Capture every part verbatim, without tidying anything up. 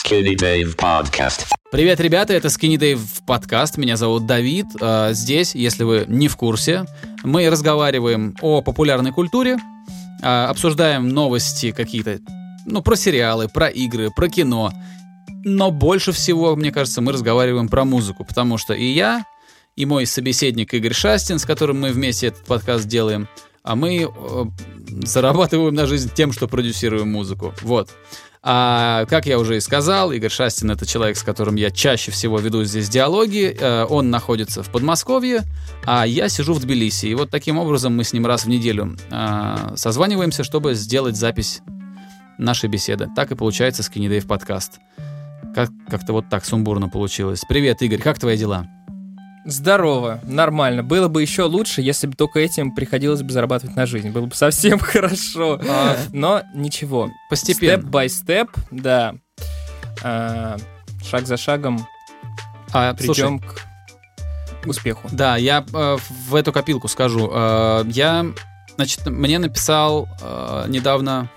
Skinny Dave Podcast. Привет, ребята, это Skinny Dave подкаст. Меня зовут Давид. Здесь, если вы не в курсе, мы разговариваем о популярной культуре, обсуждаем новости какие-то, ну, про сериалы, про игры, про кино. Но больше всего, мне кажется, мы разговариваем про музыку, потому что и я, и мой собеседник Игорь Шастин, с которым мы вместе этот подкаст делаем, а мы э, зарабатываем на жизнь тем, что продюсируем музыку. Вот. А как я уже и сказал, Игорь Шастин — это человек, с которым я чаще всего веду здесь диалоги. Э, он находится в Подмосковье, а я сижу в Тбилиси. И вот таким образом мы с ним раз в неделю э, созваниваемся, чтобы сделать запись нашей беседы. Так и получается Skinny Dave подкаст. Как- как-то вот так сумбурно получилось. Привет, Игорь, как твои дела? Здорово, нормально. Было бы еще лучше, если бы только этим приходилось бы зарабатывать на жизнь. Было бы совсем хорошо. А, Но ничего. Постепенно. Степ-бай-степ, да. А, шаг за шагом А, придем слушай, к успеху. да, я э, в эту копилку скажу. Э, я, значит, мне написал э, недавно,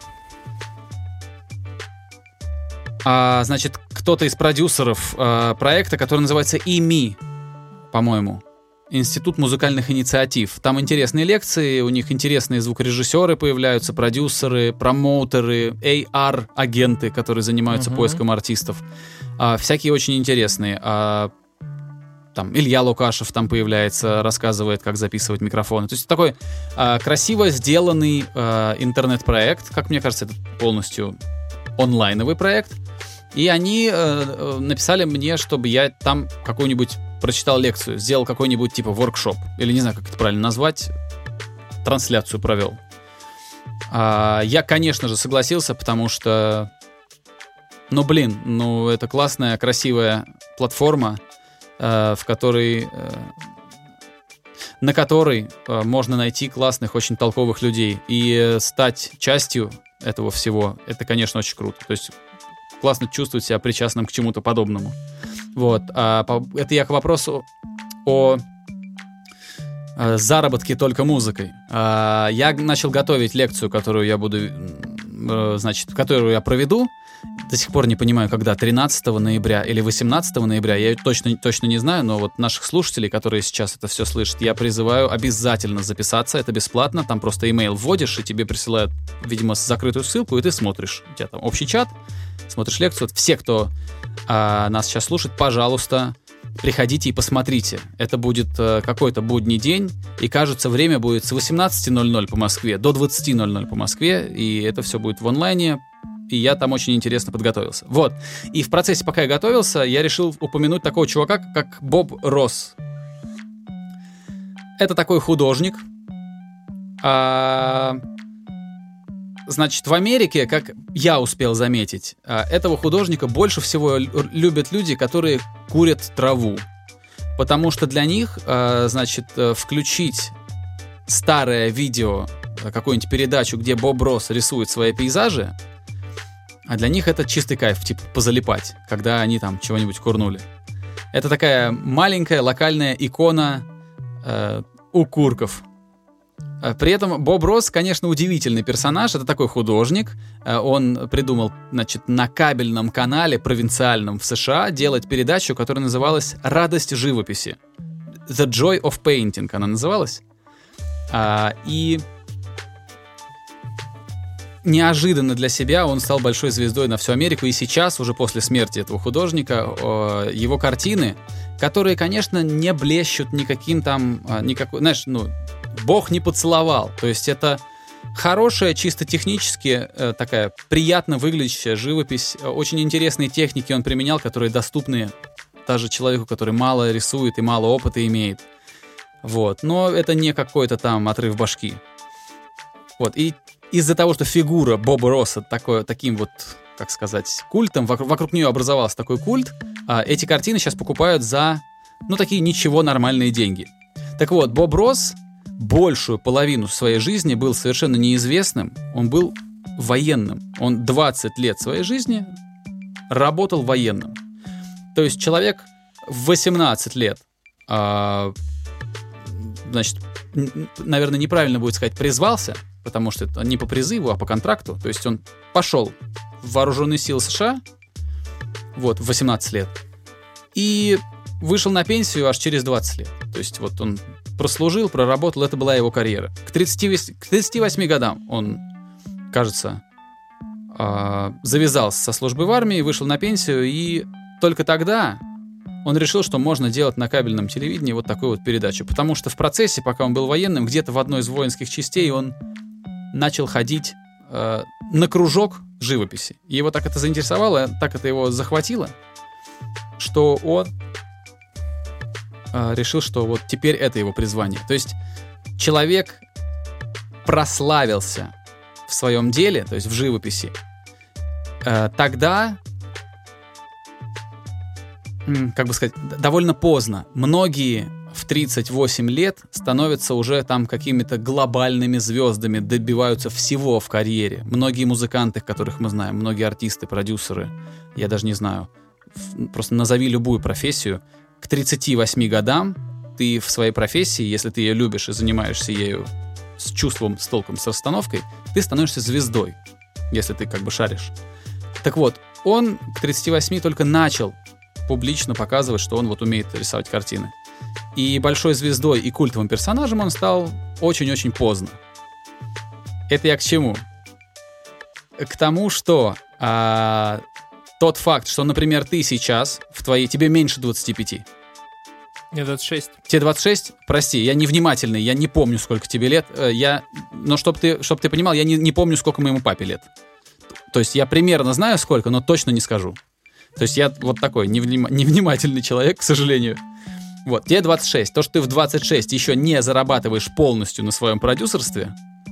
а, значит, кто-то из продюсеров э, проекта, который называется и эм и, по-моему. Институт музыкальных инициатив. Там интересные лекции, у них интересные звукорежиссеры появляются, продюсеры, промоутеры, эй ар-агенты, которые занимаются Мгм. поиском артистов. А, всякие очень интересные. А, там Илья Лукашев там появляется, рассказывает, как записывать микрофоны. То есть такой а, красиво сделанный а, интернет-проект. Как мне кажется, это полностью онлайновый проект. И они э, написали мне, чтобы я там какую-нибудь прочитал лекцию, сделал какой-нибудь типа воркшоп, или не знаю, как это правильно назвать, трансляцию провел. А, я, конечно же, согласился, потому что, ну, блин, ну, это классная, красивая платформа, э, в которой, э, на которой э, можно найти классных, очень толковых людей. И э, стать частью этого всего, это, конечно, очень круто. То есть классно чувствовать себя причастным к чему-то подобному. Вот. А, по, это я к вопросу о а, заработке только музыкой. А, я начал готовить лекцию, которую я буду, э, значит, которую я проведу. До сих пор не понимаю, когда, тринадцатого ноября или восемнадцатого ноября, я точно, точно не знаю, но вот наших слушателей, которые сейчас это все слышат, я призываю обязательно записаться, это бесплатно, там просто имейл вводишь, и тебе присылают, видимо, закрытую ссылку, и ты смотришь. У тебя там общий чат, смотришь лекцию. Все, кто а, нас сейчас слушает, пожалуйста, приходите и посмотрите. Это будет а, какой-то будний день, и, кажется, время будет с восемнадцати ноль-ноль по Москве до двадцати ноль-ноль по Москве, и это все будет в онлайне, и я там очень интересно подготовился. Вот. И в процессе, пока я готовился, я решил упомянуть такого чувака, как Боб Росс. Это такой художник. А... Значит, в Америке, как я успел заметить, этого художника больше всего любят люди, которые курят траву. Потому что для них, значит, включить старое видео, какую-нибудь передачу, где Боб Росс рисует свои пейзажи, а для них это чистый кайф, типа позалипать, когда они там чего-нибудь курнули. Это такая маленькая локальная икона э, укурков. При этом Боб Росс, конечно, удивительный персонаж. Это такой художник. Он придумал, значит, на кабельном канале провинциальном в США делать передачу, которая называлась «Радость живописи». The Joy of Painting она называлась. И неожиданно для себя он стал большой звездой на всю Америку. И сейчас, уже после смерти этого художника, его картины, которые, конечно, не блещут никаким там... никакой, знаешь, ну... Бог не поцеловал. То есть это хорошая, чисто технически э, такая приятно выглядящая живопись. Очень интересные техники он применял, которые доступны даже человеку, который мало рисует и мало опыта имеет. Вот. Но это не какой-то там отрыв башки. Вот. И из-за того, что фигура Боба Росса такой, таким вот, как сказать, культом, вокруг, вокруг нее образовался такой культ, э, эти картины сейчас покупают за, ну, такие ничего нормальные деньги. Так вот, Боб Росс большую половину своей жизни был совершенно неизвестным. Он был военным. Он двадцать лет своей жизни работал военным. То есть человек в восемнадцать лет, а, значит, наверное, неправильно будет сказать, призвался, потому что это не по призыву, а по контракту. То есть он пошел в вооруженные силы США, вот, в восемнадцать лет. И вышел на пенсию аж через двадцать лет. То есть вот он прослужил, проработал, это была его карьера. К тридцати восьми годам он, кажется, завязался со службой в армии, вышел на пенсию, и только тогда он решил, что можно делать на кабельном телевидении вот такую вот передачу. Потому что в процессе, пока он был военным, где-то в одной из воинских частей он начал ходить э, на кружок живописи. И его так это заинтересовало, так это его захватило, что он э, решил, что вот теперь это его призвание. То есть человек прославился в своем деле, то есть в живописи, э, тогда, как бы сказать, довольно поздно. Многие в тридцать восемь лет становятся уже там какими-то глобальными звездами, добиваются всего в карьере. Многие музыканты, которых мы знаем, многие артисты, продюсеры, я даже не знаю, просто назови любую профессию. К тридцати восьми годам ты в своей профессии, если ты ее любишь и занимаешься ею с чувством, с толком, с расстановкой, ты становишься звездой, если ты как бы шаришь. Так вот, он к тридцати восьми только начал публично показывать, что он вот умеет рисовать картины. И большой звездой и культовым персонажем он стал очень-очень поздно. Это я к чему? К тому, что а, тот факт, что, например, ты сейчас, в твоей, тебе меньше двадцати пяти. Мне двадцать шесть. Тебе двадцать шесть? Прости, я невнимательный, я не помню, сколько тебе лет. Я, но чтоб ты, чтоб ты понимал, я не, не помню, сколько моему папе лет. То есть я примерно знаю, сколько, но точно не скажу. То есть я вот такой невним... невнимательный человек, к сожалению. Вот, тебе двадцать шесть. То, что ты в двадцать шесть еще не зарабатываешь полностью на своем продюсерстве,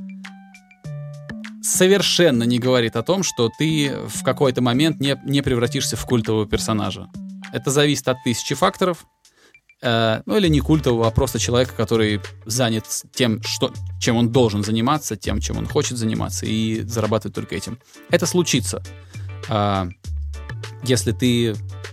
совершенно не говорит о том, что ты в какой-то момент не, не превратишься в культового персонажа. Это зависит от тысячи факторов. Э, ну или не культового, а просто человека, который занят тем, что, чем он должен заниматься, тем, чем он хочет заниматься, и зарабатывает только этим. Это случится. Э, если ты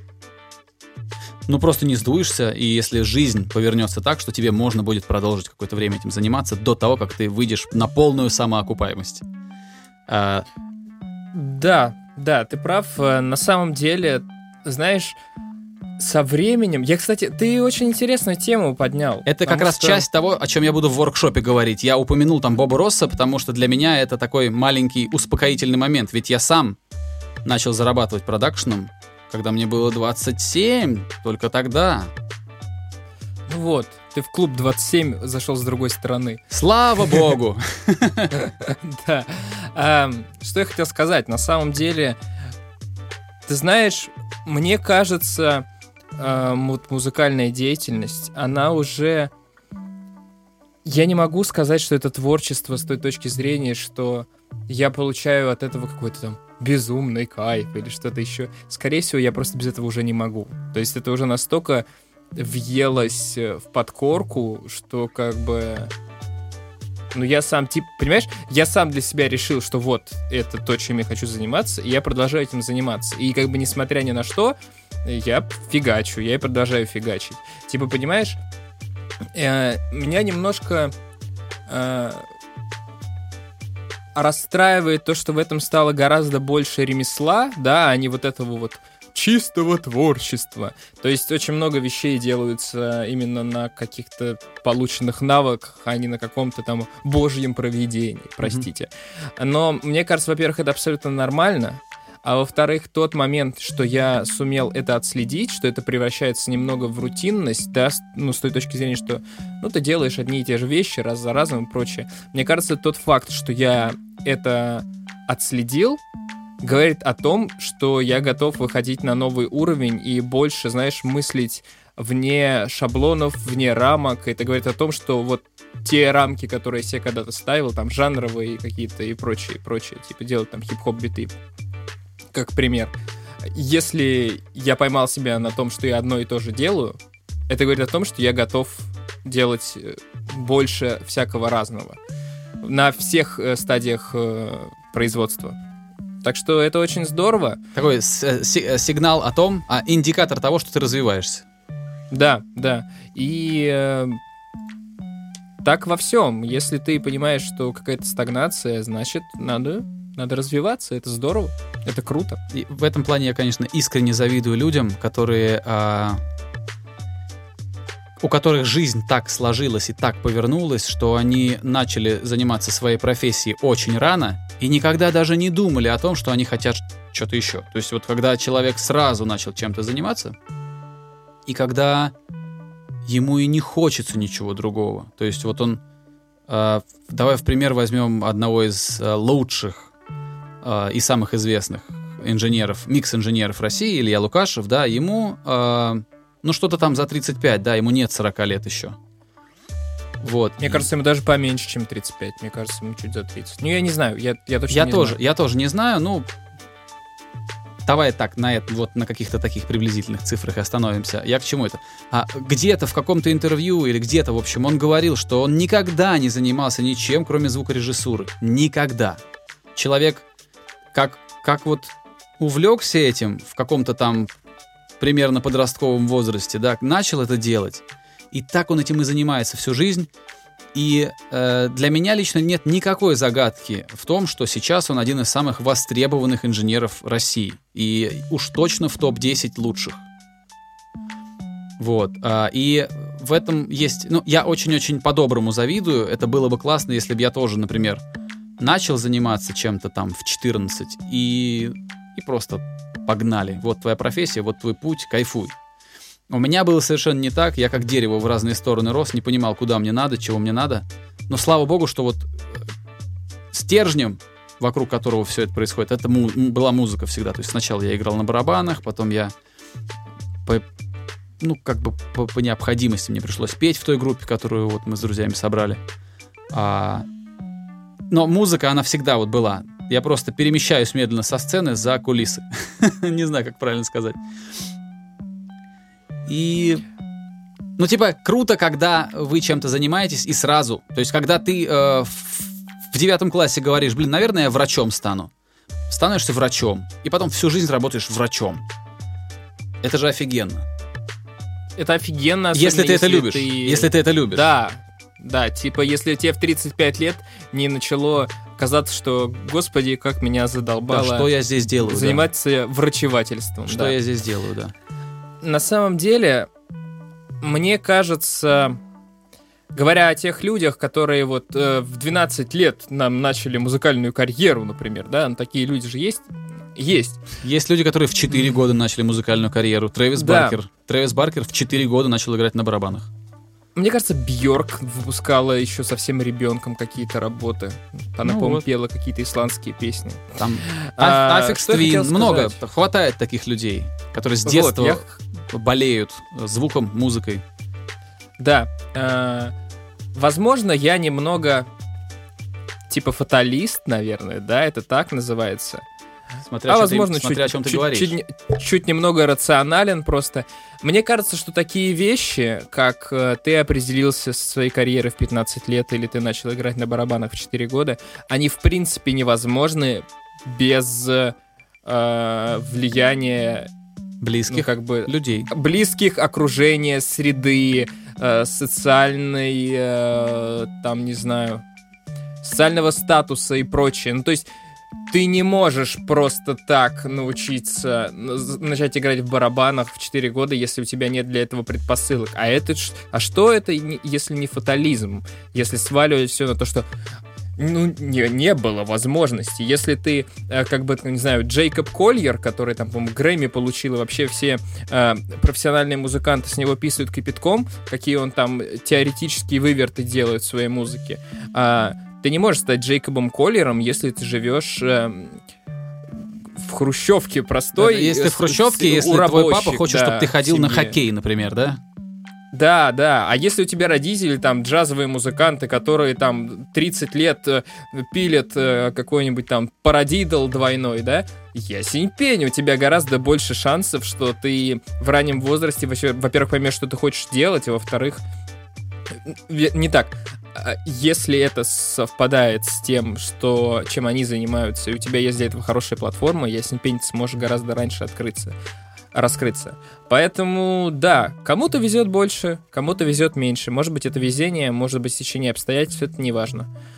ну просто не сдуешься, и если жизнь повернется так, что тебе можно будет продолжить какое-то время этим заниматься до того, как ты выйдешь на полную самоокупаемость. А... Да, да, ты прав. На самом деле, знаешь, со временем... Я, кстати, ты очень интересную тему поднял. Это как раз что... часть того, о чем я буду в воркшопе говорить. Я упомянул там Боба Росса, потому что для меня это такой маленький успокоительный момент. Ведь я сам начал зарабатывать продакшеном, когда мне было двадцать семь, только тогда. Ну вот, ты в клуб двадцать семь зашел с другой стороны. Слава богу! Да. Что я хотел сказать? На самом деле, ты знаешь, мне кажется, музыкальная деятельность, она уже... Я не могу сказать, что это творчество с той точки зрения, что я получаю от этого какой-то там безумный кайф или что-то еще. Скорее всего, я просто без этого уже не могу. То есть это уже настолько въелось в подкорку, что как бы... Ну, я сам, типа, понимаешь, я сам для себя решил, что вот, это то, чем я хочу заниматься, и я продолжаю этим заниматься. И как бы, несмотря ни на что, я фигачу, я и продолжаю фигачить. Типа, понимаешь, э, меня немножко... Э, расстраивает то, что в этом стало гораздо больше ремесла, да, а не вот этого вот чистого творчества. То есть очень много вещей делаются именно на каких-то полученных навыках, а не на каком-то там божьем провидении, простите. Mm-hmm. Но мне кажется, во-первых, это абсолютно нормально, а во-вторых, тот момент, что я сумел это отследить, что это превращается немного в рутинность, да, ну, с той точки зрения, что, ну, ты делаешь одни и те же вещи раз за разом и прочее. Мне кажется, тот факт, что я это отследил, говорит о том, что я готов выходить на новый уровень и больше, знаешь, мыслить вне шаблонов, вне рамок. Это говорит о том, что вот те рамки, которые я себе когда-то ставил, там, жанровые какие-то и прочее, прочее, типа делать там хип-хоп биты, как пример. Если я поймал себя на том, что я одно и то же делаю, это говорит о том, что я готов делать больше всякого разного на всех э, стадиях э, производства. Так что это очень здорово. Такой с- си- сигнал о том, а индикатор того, что ты развиваешься. Да, да. И э, так во всем. Если ты понимаешь, что какая-то стагнация, значит, надо Надо развиваться, это здорово, это круто. И в этом плане я, конечно, искренне завидую людям, которые... А... у которых жизнь так сложилась и так повернулась, что они начали заниматься своей профессией очень рано и никогда даже не думали о том, что они хотят что-то еще. То есть вот когда человек сразу начал чем-то заниматься, и когда ему и не хочется ничего другого. То есть вот он... Э, давай в пример возьмем одного из э, лучших э, и самых известных инженеров, микс-инженеров России, Илья Лукашев, да, ему... Э, Ну, что-то там за тридцать пять, да, ему нет сорок лет еще. Вот. Мне кажется, ему даже поменьше, чем тридцать пять. Мне кажется, ему чуть за тридцать. Ну, я не знаю, я, я точно я не тоже, знаю. Я тоже не знаю, ну... Давай так, на, это, вот, на каких-то таких приблизительных цифрах и остановимся. Я к чему это? А где-то в каком-то интервью или где-то, в общем, он говорил, что он никогда не занимался ничем, кроме звукорежиссуры. Никогда. Человек как, как вот увлекся этим в каком-то там... примерно подростковом возрасте, да, начал это делать, и так он этим и занимается всю жизнь. И э, для меня лично нет никакой загадки в том, что сейчас он один из самых востребованных инженеров России, и уж точно в топ десять лучших. Вот. Э, и в этом есть... Ну, я очень-очень по-доброму завидую. Это было бы классно, если бы я тоже, например, начал заниматься чем-то там в четырнадцать и, и просто... погнали. Вот твоя профессия, вот твой путь, кайфуй. У меня было совершенно не так. Я как дерево в разные стороны рос, не понимал, куда мне надо, чего мне надо. Но слава богу, что вот стержнем, вокруг которого все это происходит, это му- была музыка всегда. То есть сначала я играл на барабанах, потом я по, ну, как бы по, по необходимости мне пришлось петь в той группе, которую вот мы с друзьями собрали. А, но музыка, она всегда вот была. Я просто перемещаюсь медленно со сцены за кулисы. Не знаю, как правильно сказать. И... Ну, типа, круто, когда вы чем-то занимаетесь и сразу. То есть, когда ты э, в девятом классе говоришь, блин, наверное, я врачом стану. Становишься врачом. И потом всю жизнь работаешь врачом. Это же офигенно. Это офигенно. Если ты это любишь. Ты... Если ты это любишь. Да. Да, типа, если тебе в тридцать пять лет не начало казаться, что, господи, как меня задолбало... Да, что я здесь делаю, заниматься да. врачевательством. Что да. я здесь делаю, да. На самом деле, мне кажется, говоря о тех людях, которые вот э, в двенадцать лет нам начали музыкальную карьеру, например, да, ну, такие люди же есть? Есть. Есть люди, которые в четыре года начали музыкальную карьеру. Трэвис да. Баркер. Трэвис Баркер в четыре года начал играть на барабанах. Мне кажется, Бьорк выпускала еще совсем ребенком какие-то работы. Она, ну по-моему, вот. пела какие-то исландские песни. Там а, Аффикс Твин, много. Хватает таких людей, которые с детства вот, я... болеют звуком, музыкой. Да. Э, возможно, я немного типа фаталист, наверное, да, это так называется. Смотря, а, о возможно, ты, смотря чуть, о чем ты чуть, говоришь. Чуть, чуть немного рационален просто. Мне кажется, что такие вещи, как э, ты определился со своей карьерой в пятнадцать лет или ты начал играть на барабанах в четыре года, они в принципе невозможны без э, влияния близких ну, как бы, людей. Близких, окружения, среды, э, социальной, э, там, не знаю, социального статуса и прочее. Ну, то есть ты не можешь просто так научиться начать играть в барабанах в четыре года, если у тебя нет для этого предпосылок. А это, а что это, если не фатализм? Если сваливать все на то, что ну, не, не было возможности. Если ты, как бы, не знаю, Джейкоб Кольер, который там, по-моему, Грэмми получил, и вообще все э, профессиональные музыканты с него писают кипятком, какие он там теоретические выверты делает в своей музыке. А ты не можешь стать Джейкобом Коллером, если ты живешь э, в хрущевке простой. Да, если в хрущевке, с, если твой папа хочет, да, чтобы ты ходил на хоккей, например, да? Да, да. А если у тебя родители там джазовые музыканты, которые там тридцать лет э, пилят э, какой-нибудь там парадидл двойной, да? Ясень пень, у тебя гораздо больше шансов, что ты в раннем возрасте, во-первых, поймешь, что ты хочешь делать, а во-вторых, не так. Если это совпадает с тем, что, чем они занимаются, и у тебя есть для этого хорошая платформа, ясень пень, ты сможешь гораздо раньше открыться, раскрыться. Поэтому, да, кому-то везет больше, кому-то везет меньше. Может быть, это везение, может быть, стечение обстоятельств, это не важно.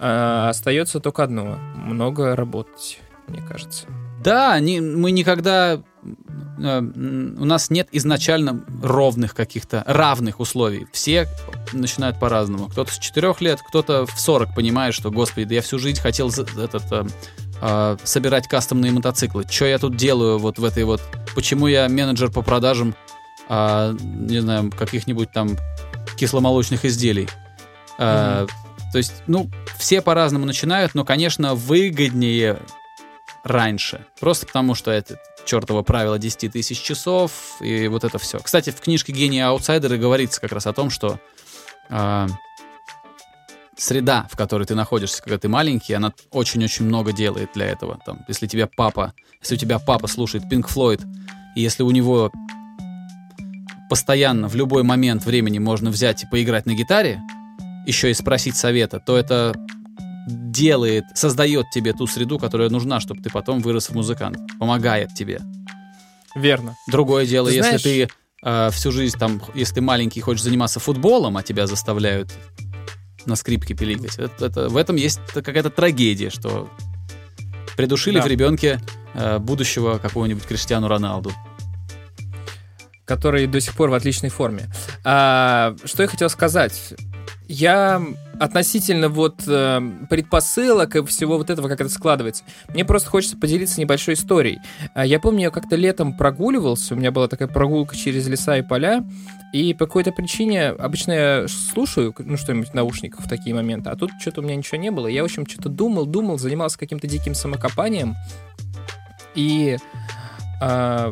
А остается только одно. Много работать, мне кажется. Да, не, мы никогда... Э, у нас нет изначально ровных каких-то, равных условий. Все начинают по-разному. Кто-то с четырех лет, кто-то в сорок понимает, что, господи, да я всю жизнь хотел этот, э, э, собирать кастомные мотоциклы. Что я тут делаю вот в этой вот... Почему я менеджер по продажам, э, не знаю, каких-нибудь там кисломолочных изделий? Mm-hmm. Э, то есть, ну, все по-разному начинают, но, конечно, выгоднее... раньше. Просто потому, что это чертово правило десять тысяч часов и вот это все. Кстати, в книжке «Гении и аутсайдеры» говорится как раз о том, что э, среда, в которой ты находишься, когда ты маленький, она очень-очень много делает для этого. Там, если тебя папа, если у тебя папа слушает Pink Floyd, и если у него постоянно в любой момент времени можно взять и поиграть на гитаре, еще и спросить совета, то это делает, создает тебе ту среду, которая нужна, чтобы ты потом вырос в музыкант. Помогает тебе. Верно. Другое дело, ты если знаешь... ты э, всю жизнь, там, если ты маленький и хочешь заниматься футболом, а тебя заставляют на скрипке пиликать, это, это, в этом есть какая-то трагедия, что придушили да. в ребенке э, будущего какого-нибудь Криштиану Роналду. Который до сих пор в отличной форме. А, что я хотел сказать... Я относительно вот э, предпосылок и всего вот этого, как это складывается, мне просто хочется поделиться небольшой историей. Я помню, я как-то летом прогуливался, у меня была такая прогулка через леса и поля, и по какой-то причине обычно я слушаю, ну, что-нибудь в наушниках в такие моменты, а тут что-то у меня ничего не было. Я, в общем, что-то думал, думал, занимался каким-то диким самокопанием, и... Э,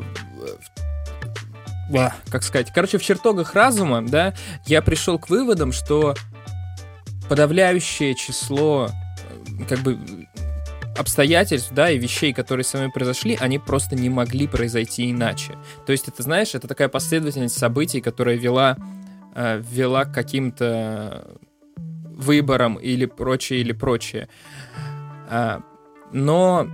как сказать, короче, в чертогах разума, да, я пришел к выводам, что подавляющее число, как бы, обстоятельств, да, и вещей, которые со мной произошли, они просто не могли произойти иначе. То есть, это, знаешь, это такая последовательность событий, которая вела, э, вела к каким-то выборам или прочее, или прочее. А, но,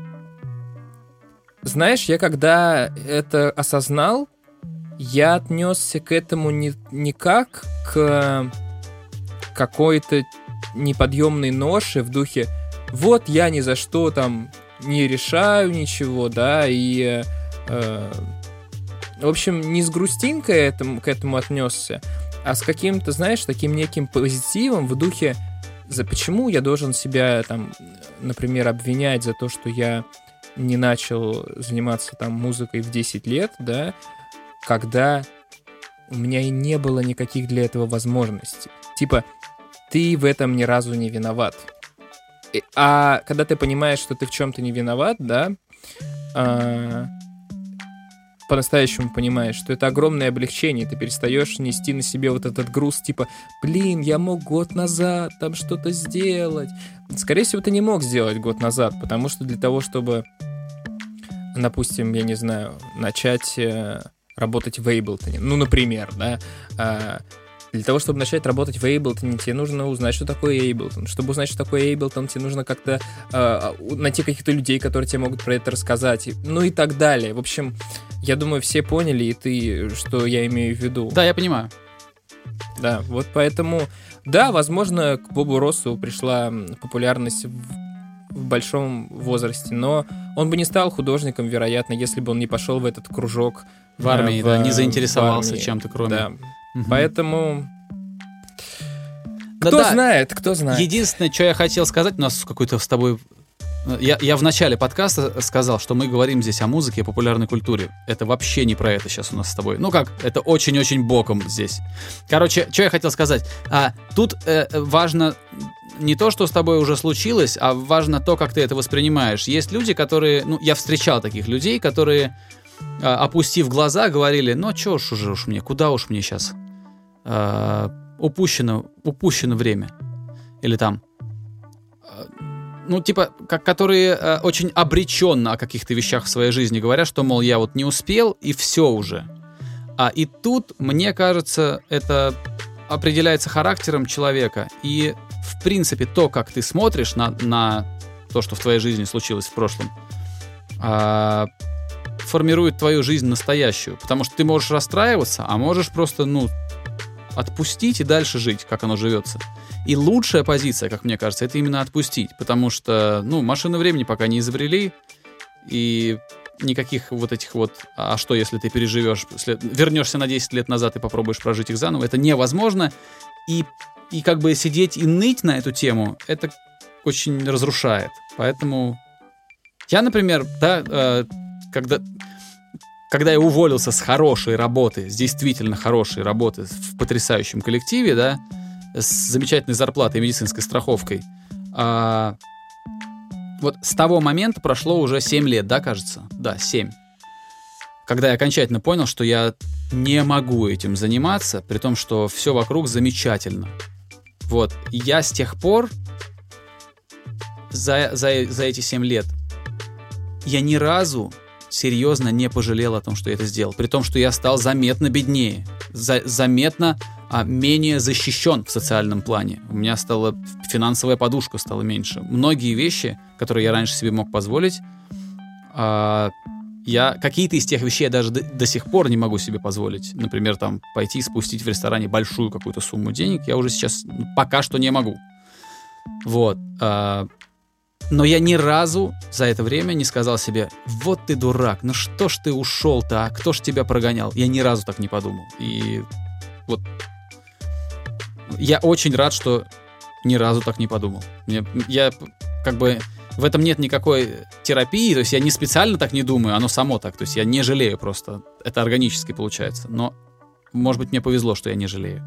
знаешь, я когда это осознал, я отнесся к этому не, не как к какой-то неподъемной ноше в духе «вот я ни за что там не решаю ничего», да, и, э, в общем, не с грустинкой этому, к этому отнесся, а с каким-то, знаешь, таким неким позитивом в духе за почему я должен себя, там, например, обвинять за то, что я не начал заниматься там музыкой в десять лет, да, когда у меня и не было никаких для этого возможностей. Типа, ты в этом ни разу не виноват. И, а когда ты понимаешь, что ты в чем-то не виноват, да, а, по-настоящему понимаешь, что это огромное облегчение, ты перестаешь нести на себе вот этот груз, типа, блин, я мог год назад там что-то сделать. Скорее всего, ты не мог сделать год назад, потому что для того, чтобы, допустим, я не знаю, начать... работать в Ableton. Ну, например, да. А, для того, чтобы начать работать в Ableton, тебе нужно узнать, что такое Ableton. Чтобы узнать, что такое Ableton, тебе нужно как-то а, найти каких-то людей, которые тебе могут про это рассказать. Ну и так далее. В общем, я думаю, все поняли, и ты, что я имею в виду. Да, я понимаю. Да, вот поэтому... Да, возможно, к Бобу Россу пришла популярность в, в большом возрасте, но он бы не стал художником, вероятно, если бы он не пошел в этот кружок в армии, в, да, не заинтересовался армии, чем-то, кроме... Да. Угу. Поэтому... Да, кто да. знает, кто знает. Единственное, что я хотел сказать, у нас какой-то с тобой... Я, я в начале подкаста сказал, что мы говорим здесь о музыке, о популярной культуре. Это вообще не про это сейчас у нас с тобой. Ну как, это очень-очень боком здесь. Короче, что я хотел сказать. А, тут э, важно... не то, что с тобой уже случилось, а важно то, как ты это воспринимаешь. Есть люди, которые... Ну, я встречал таких людей, которые, опустив глаза, говорили, ну, чё уж уже уж мне, куда уж мне сейчас? Uh, упущено, упущено время. Или там... Uh, ну, типа, как, которые uh, очень обреченно о каких-то вещах в своей жизни говорят, что, мол, я вот не успел, и все уже. А и тут, мне кажется, это определяется характером человека. И в принципе, то, как ты смотришь на, на то, что в твоей жизни случилось в прошлом, а, формирует твою жизнь настоящую. Потому что ты можешь расстраиваться, а можешь просто, ну, отпустить и дальше жить, как оно живется. И лучшая позиция, как мне кажется, это именно отпустить, потому что, ну, машины времени пока не изобрели, и никаких вот этих вот, а что если ты переживешь, вернешься на десять лет назад и попробуешь прожить их заново, это невозможно, и, и как бы сидеть и ныть на эту тему, это очень разрушает. Поэтому я, например, да, э, когда, когда я уволился с хорошей работы, с действительно хорошей работы в потрясающем коллективе, да, с замечательной зарплатой и медицинской страховкой, э, вот с того момента прошло уже семь лет, да, кажется? Да, семь. Когда я окончательно понял, что я не могу этим заниматься, при том, что все вокруг замечательно. Вот. И я с тех пор, за, за, за эти семь лет, я ни разу серьезно не пожалел о том, что я это сделал. При том, что я стал заметно беднее, за, заметно а, менее защищен в социальном плане. У меня стала финансовая подушка стала меньше. Многие вещи, которые я раньше себе мог позволить, а, я какие-то из тех вещей я даже до, до сих пор не могу себе позволить. Например, там пойти спустить в ресторане большую какую-то сумму денег. Я уже сейчас ну, пока что не могу. Вот. А, но я ни разу за это время не сказал себе: вот ты дурак, ну что ж ты ушел-то, а кто ж тебя прогонял? Я ни разу так не подумал. И вот я очень рад, что ни разу так не подумал. Мне, я как бы в этом нет никакой терапии, то есть я не специально так не думаю, оно само так, то есть я не жалею просто. Это органически получается. Но, может быть, мне повезло, что я не жалею.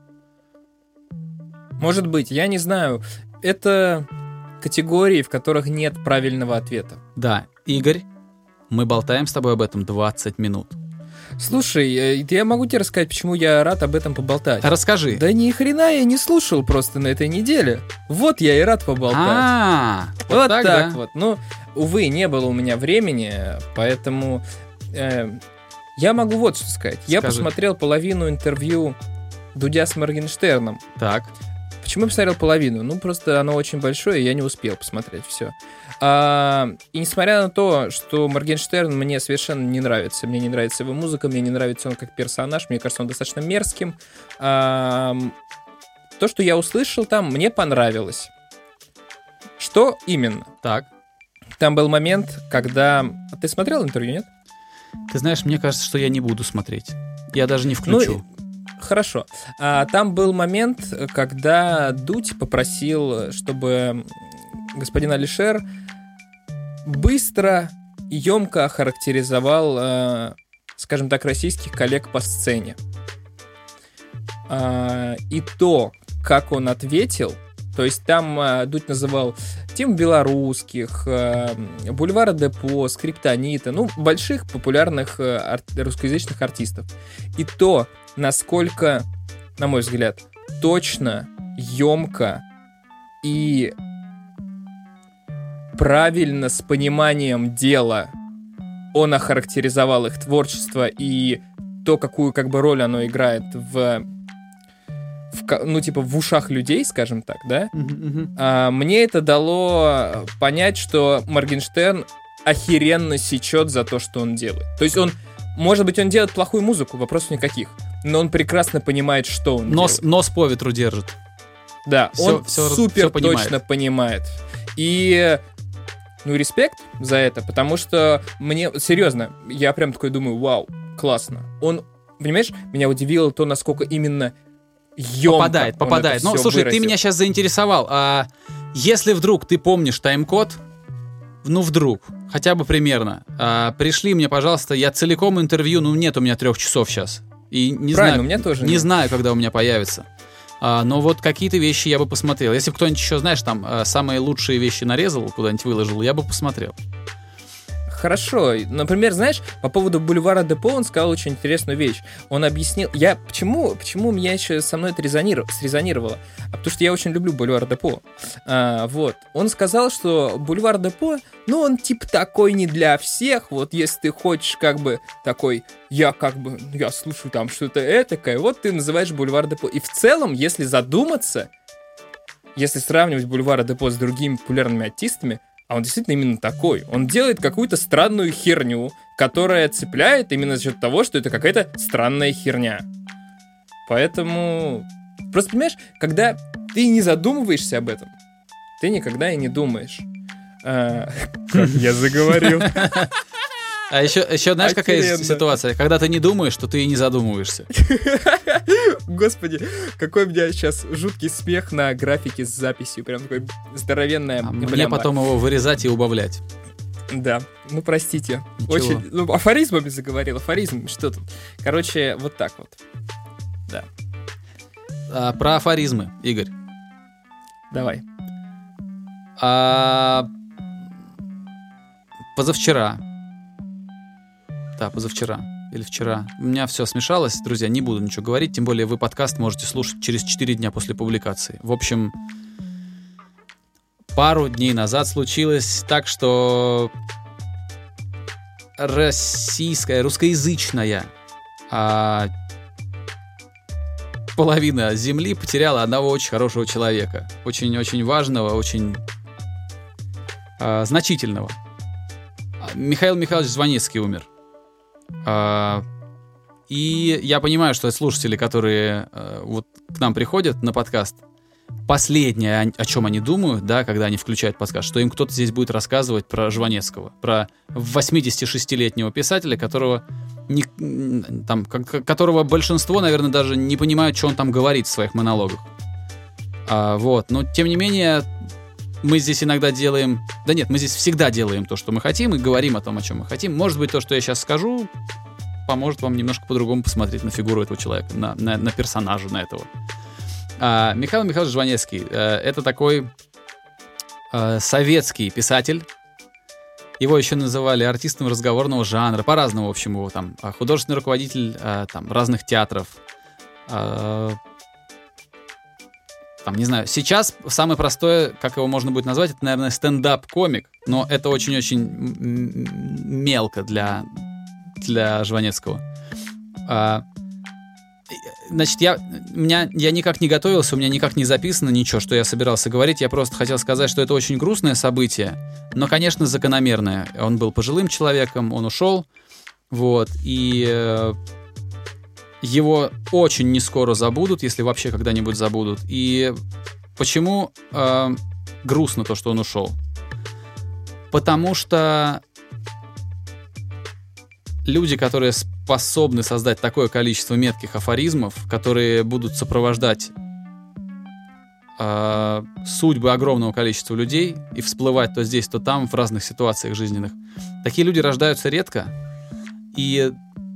Может быть, я не знаю. Это категории, в которых нет правильного ответа. Да, Игорь, мы болтаем с тобой об этом двадцать минут. Слушай, я могу тебе рассказать, почему я рад об этом поболтать. Расскажи. Да ни хрена я не слушал просто на этой неделе. Вот я и рад поболтать. А, вот, вот так, так да? вот. Ну, увы, не было у меня времени, поэтому э, я могу вот что сказать. Я Скажи. посмотрел половину интервью Дудя с Моргенштерном. Так. Почему я посмотрел половину? Ну, просто оно очень большое, и я не успел посмотреть все. А, и несмотря на то, что Моргенштерн мне совершенно не нравится, мне не нравится его музыка, мне не нравится он как персонаж, мне кажется, он достаточно мерзким, а, то, что я услышал там, мне понравилось. Что именно? Так. Там был момент, когда... Ты смотрел интервью, нет? Ты знаешь, мне кажется, что я не буду смотреть. Я даже не включу. Ну, хорошо. А, там был момент, когда Дудь попросил, чтобы господин Алишер быстро и емко охарактеризовал, э, скажем так, российских коллег по сцене. А, и то, как он ответил, то есть там э, Дудь называл Тим Белорусских, э, Бульвара Депо, Скриптонита, ну, больших популярных э, ар- русскоязычных артистов. И то, насколько, на мой взгляд, точно, емко и правильно с пониманием дела он охарактеризовал их творчество и то, какую как бы роль оно играет в, в ну типа в ушах людей, скажем так, да? Uh-huh. А, мне это дало понять, что Моргенштерн охеренно сечет за то, что он делает. То есть он, может быть, он делает плохую музыку, вопросов никаких, но он прекрасно понимает, что он нос, делает. Нос по ветру держит. Да, все, он все, супер все понимает. точно понимает. И, ну, респект за это, потому что мне, серьезно, я прям такой думаю, вау, классно. Он, понимаешь, меня удивило то, насколько именно емко попадает, он попадает. это Ну, всё слушай, выразил. ты меня сейчас заинтересовал. А если вдруг ты помнишь тайм-код, ну, вдруг, хотя бы примерно, а, пришли мне, пожалуйста, я целиком интервью, ну, нет у меня трех часов сейчас. И не Правильно, знаю, у меня тоже не нет. знаю, когда у меня появится. А, но вот какие-то вещи я бы посмотрел. Если бы кто-нибудь еще, знаешь, там, а, самые лучшие вещи нарезал, куда-нибудь выложил, я бы посмотрел. Хорошо. Например, знаешь, по поводу Бульвара Депо он сказал очень интересную вещь. Он объяснил... Я... Почему, почему меня еще со мной это резонировало? срезонировало? А потому что я очень люблю Бульвар Депо. А, вот. Он сказал, что Бульвар Депо, ну, он типа такой не для всех. Вот если ты хочешь как бы такой... Я как бы... Я слушаю там что-то этакое. Вот ты называешь Бульвар Депо. И в целом, если задуматься, если сравнивать Бульвар Депо с другими популярными артистами, а он действительно именно такой. Он делает какую-то странную херню, которая цепляет именно за счет того, что это какая-то странная херня. Поэтому... Просто, понимаешь, когда ты не задумываешься об этом, ты никогда и не думаешь. А, как я заговорил. А еще, еще знаешь, какая ситуация? Когда ты не думаешь, то ты и не задумываешься. Господи, какой у меня сейчас жуткий смех на графике с записью. Прям такой здоровенная а мне потом его вырезать и убавлять. Да, ну простите. Ничего. Очень, ну, афоризмами заговорил, афоризм, что тут? Короче, вот так вот. Да. А, про афоризмы, Игорь. Давай. А, позавчера. Да, позавчера или вчера. У меня все смешалось, друзья, не буду ничего говорить, тем более вы подкаст можете слушать через четыре дня после публикации. В общем, пару дней назад случилось так, что российская, русскоязычная а, половина земли потеряла одного очень хорошего человека. Очень-очень важного, очень а, значительного. Михаил Михайлович Жванецкий умер. А, и я понимаю, что слушатели, которые а, вот к нам приходят на подкаст, последнее, о, о чем они думают, да, когда они включают подкаст, что им кто-то здесь будет рассказывать про Жванецкого, про восьмидесятишестилетнего писателя, которого, не, там, которого большинство, наверное, даже не понимают, что он там говорит в своих монологах. А, вот. Но, тем не менее, мы здесь иногда делаем... Да нет, мы здесь всегда делаем то, что мы хотим, и говорим о том, о чем мы хотим. Может быть, то, что я сейчас скажу, поможет вам немножко по-другому посмотреть на фигуру этого человека, на, на, на персонажа, на этого. А, Михаил Михайлович Жванецкий а, — это такой а, советский писатель. Его еще называли артистом разговорного жанра, по-разному, в общем, его там художественный руководитель а, там, разных театров. А, Там, не знаю, сейчас самое простое, как его можно будет назвать, это, наверное, стендап-комик, но это очень-очень мелко для, для Жванецкого. А, значит, я, меня, я никак не готовился, у меня никак не записано ничего, что я собирался говорить, я просто хотел сказать, что это очень грустное событие, но, конечно, закономерное. Он был пожилым человеком, он ушел, вот, и... Его очень не скоро забудут, если вообще когда-нибудь забудут. И почему э, грустно то, что он ушел? Потому что люди, которые способны создать такое количество метких афоризмов, которые будут сопровождать э, судьбы огромного количества людей и всплывать то здесь, то там в разных ситуациях жизненных, такие люди рождаются редко. И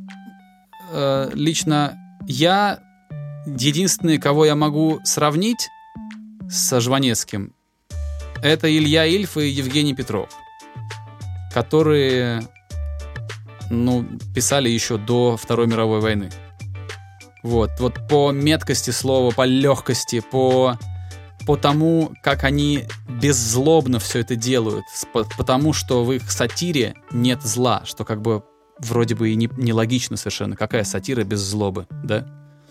лично я, единственный, кого я могу сравнить со Жванецким, это Илья Ильф и Евгений Петров, которые, ну, писали еще до Второй мировой войны. Вот, вот по меткости слова, по легкости, по, по тому, как они беззлобно все это делают, по, потому что в их сатире нет зла, что как бы вроде бы и не, нелогично совершенно. Какая сатира без злобы, да?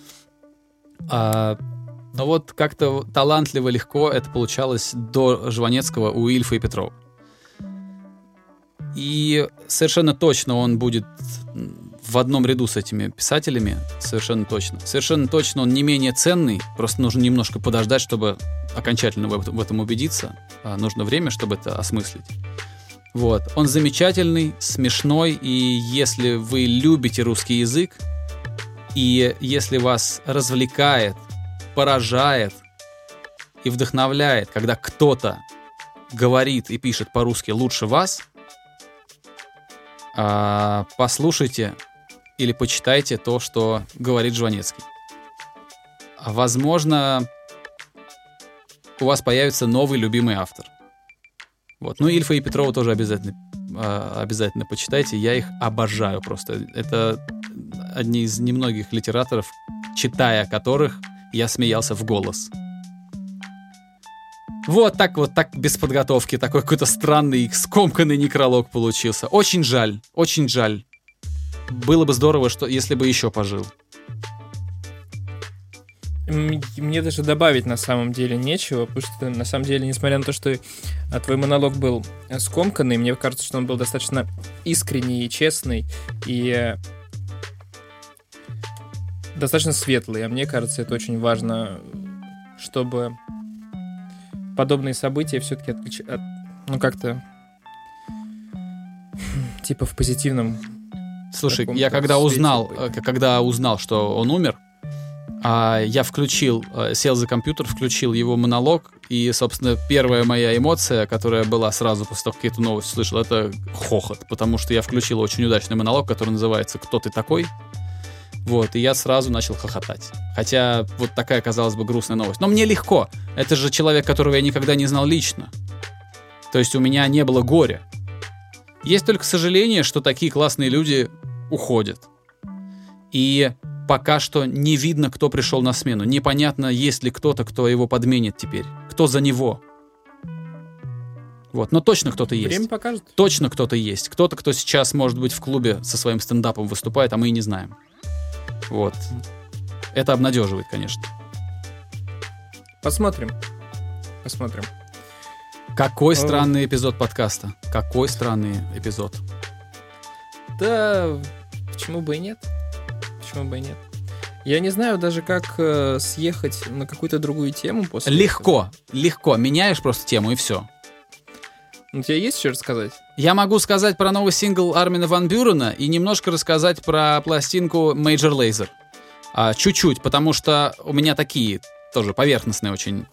А, но вот как-то талантливо, легко это получалось до Жванецкого у Ильфа и Петрова. И совершенно точно он будет в одном ряду с этими писателями. Совершенно точно. Совершенно точно он не менее ценный. Просто нужно немножко подождать, чтобы окончательно в, в этом убедиться. А, нужно время, чтобы это осмыслить. Вот. Он замечательный, смешной, и если вы любите русский язык, и если вас развлекает, поражает и вдохновляет, когда кто-то говорит и пишет по-русски лучше вас, послушайте или почитайте то, что говорит Жванецкий. Возможно, у вас появится новый любимый автор. Вот. Ну, Ильфа и Петрова тоже обязательно, э, обязательно почитайте. Я их обожаю просто. Это одни из немногих литераторов, читая которых я смеялся в голос. Вот так вот, так без подготовки. Такой какой-то странный, скомканный некролог получился. Очень жаль, очень жаль. Было бы здорово, что, если бы еще пожил. Мне даже добавить на самом деле нечего, потому что на самом деле, несмотря на то, что твой монолог был скомканный, мне кажется, что он был достаточно искренний и честный, и достаточно светлый, а мне кажется, это очень важно, чтобы подобные события все-таки отключ... от... ну как-то типа в позитивном. Слушай, я когда узнал, быть. когда узнал, что он умер, я включил, сел за компьютер, включил его монолог, и, собственно, первая моя эмоция, которая была сразу после того, как я эту новость услышал, это хохот, потому что я включил очень удачный монолог, который называется «Кто ты такой?». Вот, и я сразу начал хохотать. Хотя вот такая, казалось бы, грустная новость. Но мне легко. Это же человек, которого я никогда не знал лично. То есть у меня не было горя. Есть только сожаление, что такие классные люди уходят. И пока что не видно, кто пришел на смену. Непонятно, есть ли кто-то, кто его подменит теперь. Кто за него. Вот, но точно кто-то есть. Время покажет. Точно кто-то есть. Кто-то, кто сейчас, может быть, в клубе со своим стендапом выступает, а мы и не знаем. Вот. Это обнадеживает, конечно. Посмотрим. Посмотрим. Какой странный эпизод подкаста. Какой странный эпизод. Да, почему бы и нет? Почему бы и нет? Я не знаю даже, как э, съехать на какую-то другую тему после Легко, этого. легко. Меняешь просто тему, и все. У тебя есть что рассказать? Я могу сказать про новый сингл Армина ван Бюрена и немножко рассказать про пластинку Major Lazer. А, чуть-чуть, потому что у меня такие тоже поверхностные очень.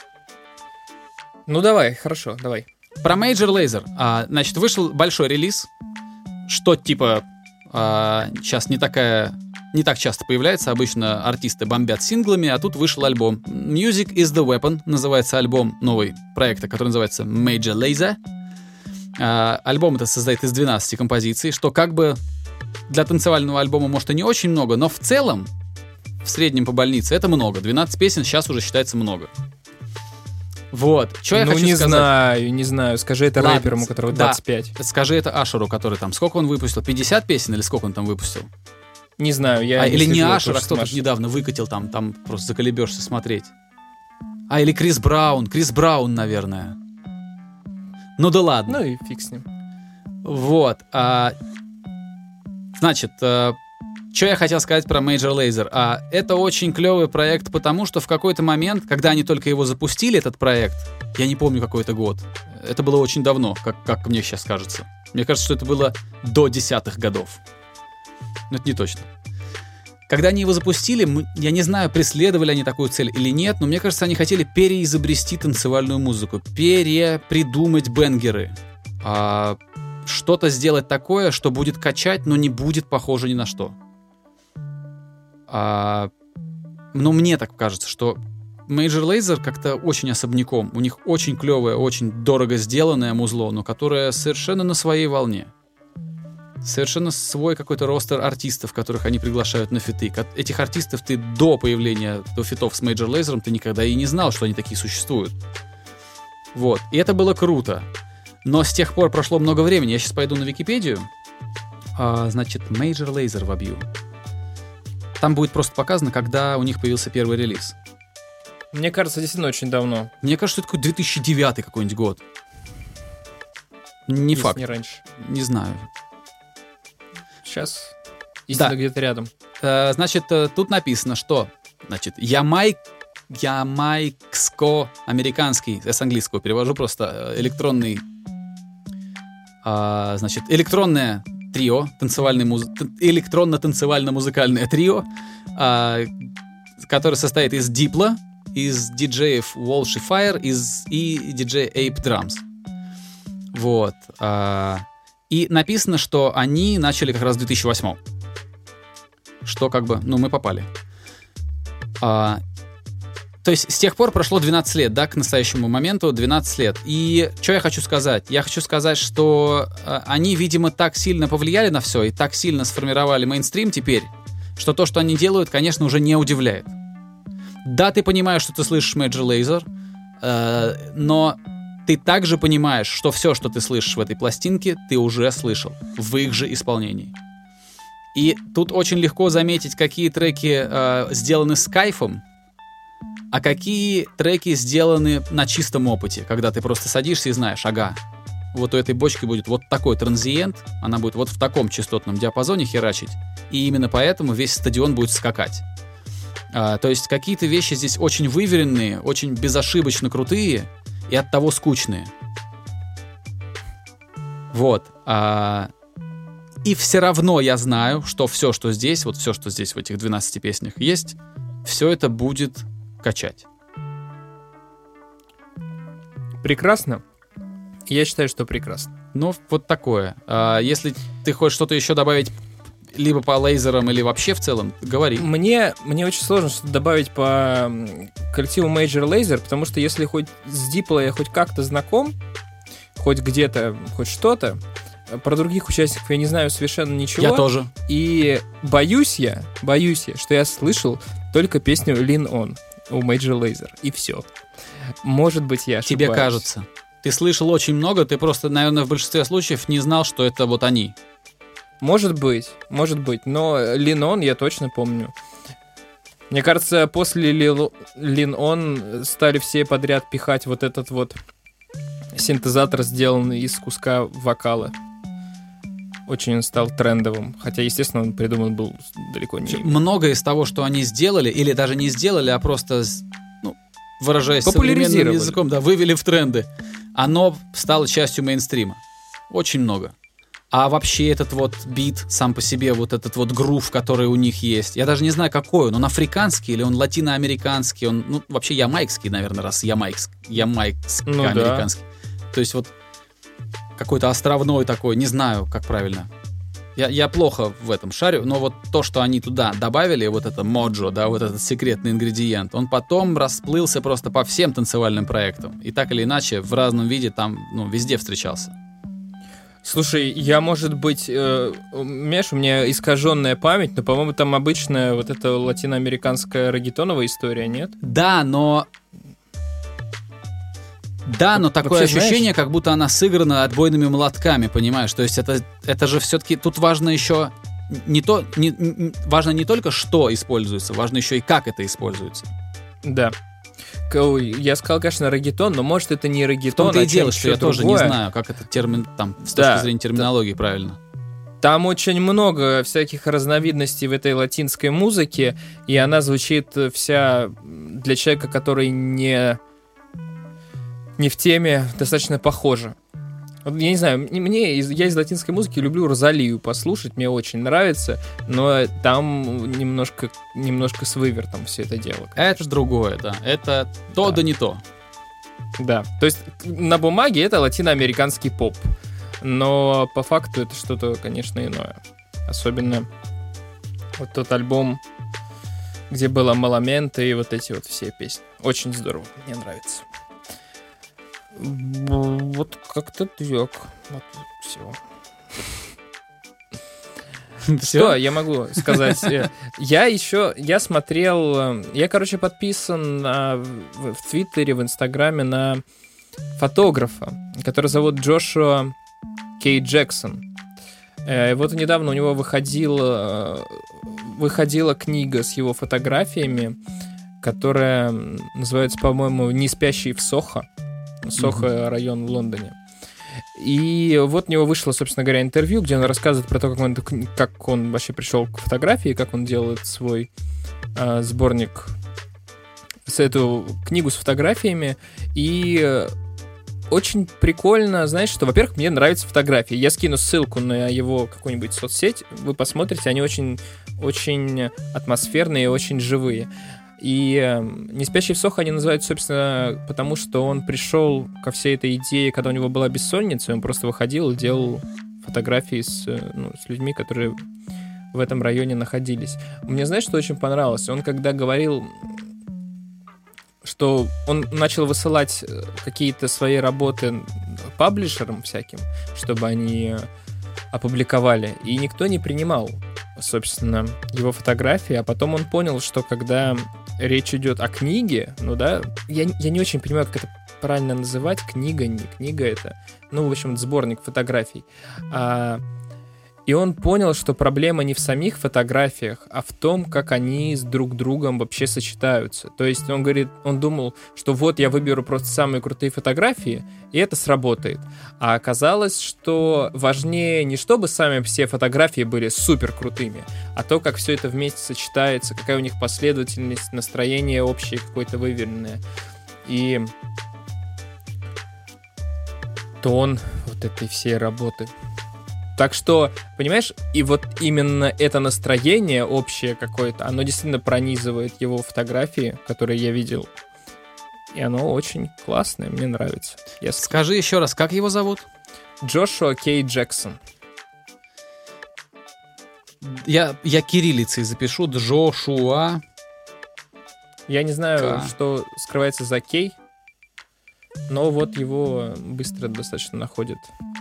Ну давай, хорошо, давай. Про Major Lazer. А, значит, вышел большой релиз, что типа а, сейчас не такая... Не так часто появляется, обычно артисты бомбят синглами, а тут вышел альбом. Music is the Weapon, называется альбом новый проекта, который называется Major Lazer. А, альбом это состоит из двенадцати композиций, что как бы для танцевального альбома может и не очень много, но в целом, в среднем по больнице, это много. двенадцать песен сейчас уже считается много. Вот, что я ну, хочу не сказать. Ну, не знаю, не знаю. Скажи это Ладно, рэперу, у которого да, двадцать пять. Скажи это Ашеру, который там... Сколько он выпустил? пятьдесят песен или сколько он там выпустил? Не знаю, я а, не или не слежу, Ашер, а кто тут недавно выкатил там, там просто заколебешься смотреть. А, или Крис Браун. Крис Браун, наверное. Ну да ладно. Ну и фиг с ним. Вот. А, значит, а, что я хотел сказать про Major Lazer? А, это очень клевый проект, потому что в какой-то момент, когда они только его запустили, этот проект, я не помню, какой это год, это было очень давно, как, как мне сейчас кажется. Мне кажется, что это было до десятых годов. Но это не точно. Когда они его запустили, мы, я не знаю, преследовали они такую цель или нет, но мне кажется, они хотели переизобрести танцевальную музыку, перепридумать бенгеры, а, что-то сделать такое, что будет качать, но не будет похоже ни на что. А, но мне так кажется, что Major Lazer как-то очень особняком. У них очень клевое, очень дорого сделанное музло, но которое совершенно на своей волне. Совершенно свой какой-то ростер артистов, которых они приглашают на фиты. Этих артистов ты до появления до фитов с Major Lazer ты никогда и не знал, что они такие существуют. Вот. И это было круто. Но с тех пор прошло много времени. Я сейчас пойду на Википедию. А, значит, Major Lazer вобью. Там будет просто показано, когда у них появился первый релиз. Мне кажется, действительно очень давно. Мне кажется, это какой две тысячи девятый какой-нибудь год. Не Если факт. не раньше. Не знаю. Сейчас истина да. где-то рядом. Э, значит, тут написано, что значит, ямай... ямайкско-американский, я с английского перевожу просто, электронный, э, значит, электронное трио, танцевальный муз... электронно-танцевально-музыкальное трио, э, которое состоит из Дипла, из диджеев Walsh и Fire, из... и диджея Ape Drums. Вот. Э, И написано, что они начали как раз в две тысячи восьмом. Что как бы, ну, мы попали. А, то есть с тех пор прошло двенадцать лет, да, к настоящему моменту двенадцать лет. И что я хочу сказать? Я хочу сказать, что а, они, видимо, так сильно повлияли на все и так сильно сформировали мейнстрим теперь, что то, что они делают, конечно, уже не удивляет. Да, ты понимаешь, что ты слышишь Major Lazer, э, но... ты также понимаешь, что все, что ты слышишь в этой пластинке, ты уже слышал в их же исполнении. И тут очень легко заметить, какие треки э, сделаны с кайфом, а какие треки сделаны на чистом опыте, когда ты просто садишься и знаешь, ага, вот у этой бочки будет вот такой транзиент, она будет вот в таком частотном диапазоне херачить, и именно поэтому весь стадион будет скакать. А, то есть какие-то вещи здесь очень выверенные, очень безошибочно крутые и оттого скучные. Вот. А, и все равно я знаю, что все, что здесь, вот все, что здесь в этих двенадцати песнях есть, все это будет качать. Прекрасно. Я считаю, что прекрасно. Ну, вот такое. А, если ты хочешь что-то еще добавить либо по лейзерам, или вообще в целом, говори. Мне, мне очень сложно что-то добавить по коллективу Major Lazer, потому что если хоть с Diplo я хоть как-то знаком, хоть где-то, хоть что-то, про других участников я не знаю совершенно ничего. Я тоже. И боюсь я, боюсь я, что я слышал только песню Lean On у Major Lazer, и все. Может быть, я ошибаюсь. Тебе кажется. Ты слышал очень много, ты просто, наверное, в большинстве случаев не знал, что это вот они. Может быть, может быть, но Lean On я точно помню. Мне кажется, после Lean On стали все подряд пихать вот этот вот синтезатор, сделанный из куска вокала. Очень он стал трендовым. Хотя, естественно, он придуман был далеко не... Многое из того, что они сделали, или даже не сделали, а просто, ну, выражаясь современным языком, да, вывели в тренды, оно стало частью мейнстрима. Очень много. А вообще этот вот бит сам по себе, вот этот вот грув, который у них есть, я даже не знаю, какой он. Он африканский или он латиноамериканский? Он, ну, вообще ямайкский, наверное, раз ямайкс, ямайкско-американский. Ну, да. То есть вот какой-то островной такой, не знаю, как правильно. Я, я плохо в этом шарю, но вот то, что они туда добавили, вот это моджо, да, вот этот секретный ингредиент, он потом расплылся просто по всем танцевальным проектам. И так или иначе, в разном виде там, ну, везде встречался. Слушай, я, может быть, э, Меш, у меня искаженная память, но, по-моему, там обычная вот эта латиноамериканская реггетоновая история, нет? Да, но... Да, но такое вообще, ощущение, знаешь, как будто она сыграна отбойными молотками, понимаешь? То есть это, это же все-таки... Тут важно еще... Не то, не, не, важно не только, что используется, важно еще и как это используется. Да. Ой, я сказал, конечно, реггетон, но может это не реггетон, В том-то а и дело, что я тоже другое. не знаю, как это термин, там, с Да, точки зрения терминологии да. правильно. Там очень много всяких разновидностей в этой латинской музыке, и она звучит вся для человека, который не, не в теме, достаточно похожа. Я не знаю, мне, я из латинской музыки люблю Розалию послушать, мне очень нравится, но там немножко, немножко с вывертом все это дело. Это же другое, да. Это то да. да не то. Да, то есть на бумаге это латиноамериканский поп, но по факту это что-то, конечно, иное. Особенно вот тот альбом, где было Маламента и вот эти вот все песни. Очень здорово, мне нравится. Вот как-то так. Вот все. Что я могу сказать? Я еще, я смотрел, я, короче, подписан на, в, в Твиттере, в Инстаграме на фотографа, который зовут Джошуа Кей Джексон. И вот недавно у него выходила, выходила книга с его фотографиями, которая называется, по-моему, «Не спящий в Сохо». Сохо, mm-hmm. район в Лондоне. И вот у него вышло, собственно говоря, интервью, где он рассказывает про то, как он, как он вообще пришел к фотографии, как он делает свой э, сборник, с эту книгу с фотографиями. И очень прикольно, знаешь, что, во-первых, мне нравятся фотографии. Я скину ссылку на его какую-нибудь соцсеть, вы посмотрите, они очень, очень атмосферные, очень живые. И э, «Не спящий в Сохо» они называют, собственно, потому что он пришел ко всей этой идее, когда у него была бессонница, и он просто выходил и делал фотографии с, ну, с людьми, которые в этом районе находились. Мне, знаешь, что очень понравилось? Он когда говорил, что он начал высылать какие-то свои работы паблишерам всяким, чтобы они опубликовали, и никто не принимал, собственно, его фотографии, а потом он понял, что когда речь идет о книге, ну да, я, я не очень понимаю, как это правильно называть, книга, не книга это, ну, в общем, сборник фотографий. А, И он понял, что проблема не в самих фотографиях, а в том, как они с друг другом вообще сочетаются. То есть он говорит, он думал, что вот я выберу просто самые крутые фотографии, и это сработает. А оказалось, что важнее не чтобы сами все фотографии были супер крутыми, а то, как все это вместе сочетается, какая у них последовательность, настроение общее какое-то выверенное. И тон вот этой всей работы. Так что, понимаешь, и вот именно это настроение общее какое-то, оно действительно пронизывает его фотографии, которые я видел. И оно очень классное, мне нравится. Я... Скажи еще раз, как его зовут? Джошуа Кей Джексон. Я, я кириллицей запишу. Джошуа. Я не знаю, К. что скрывается за Кей, но вот его быстро достаточно находят.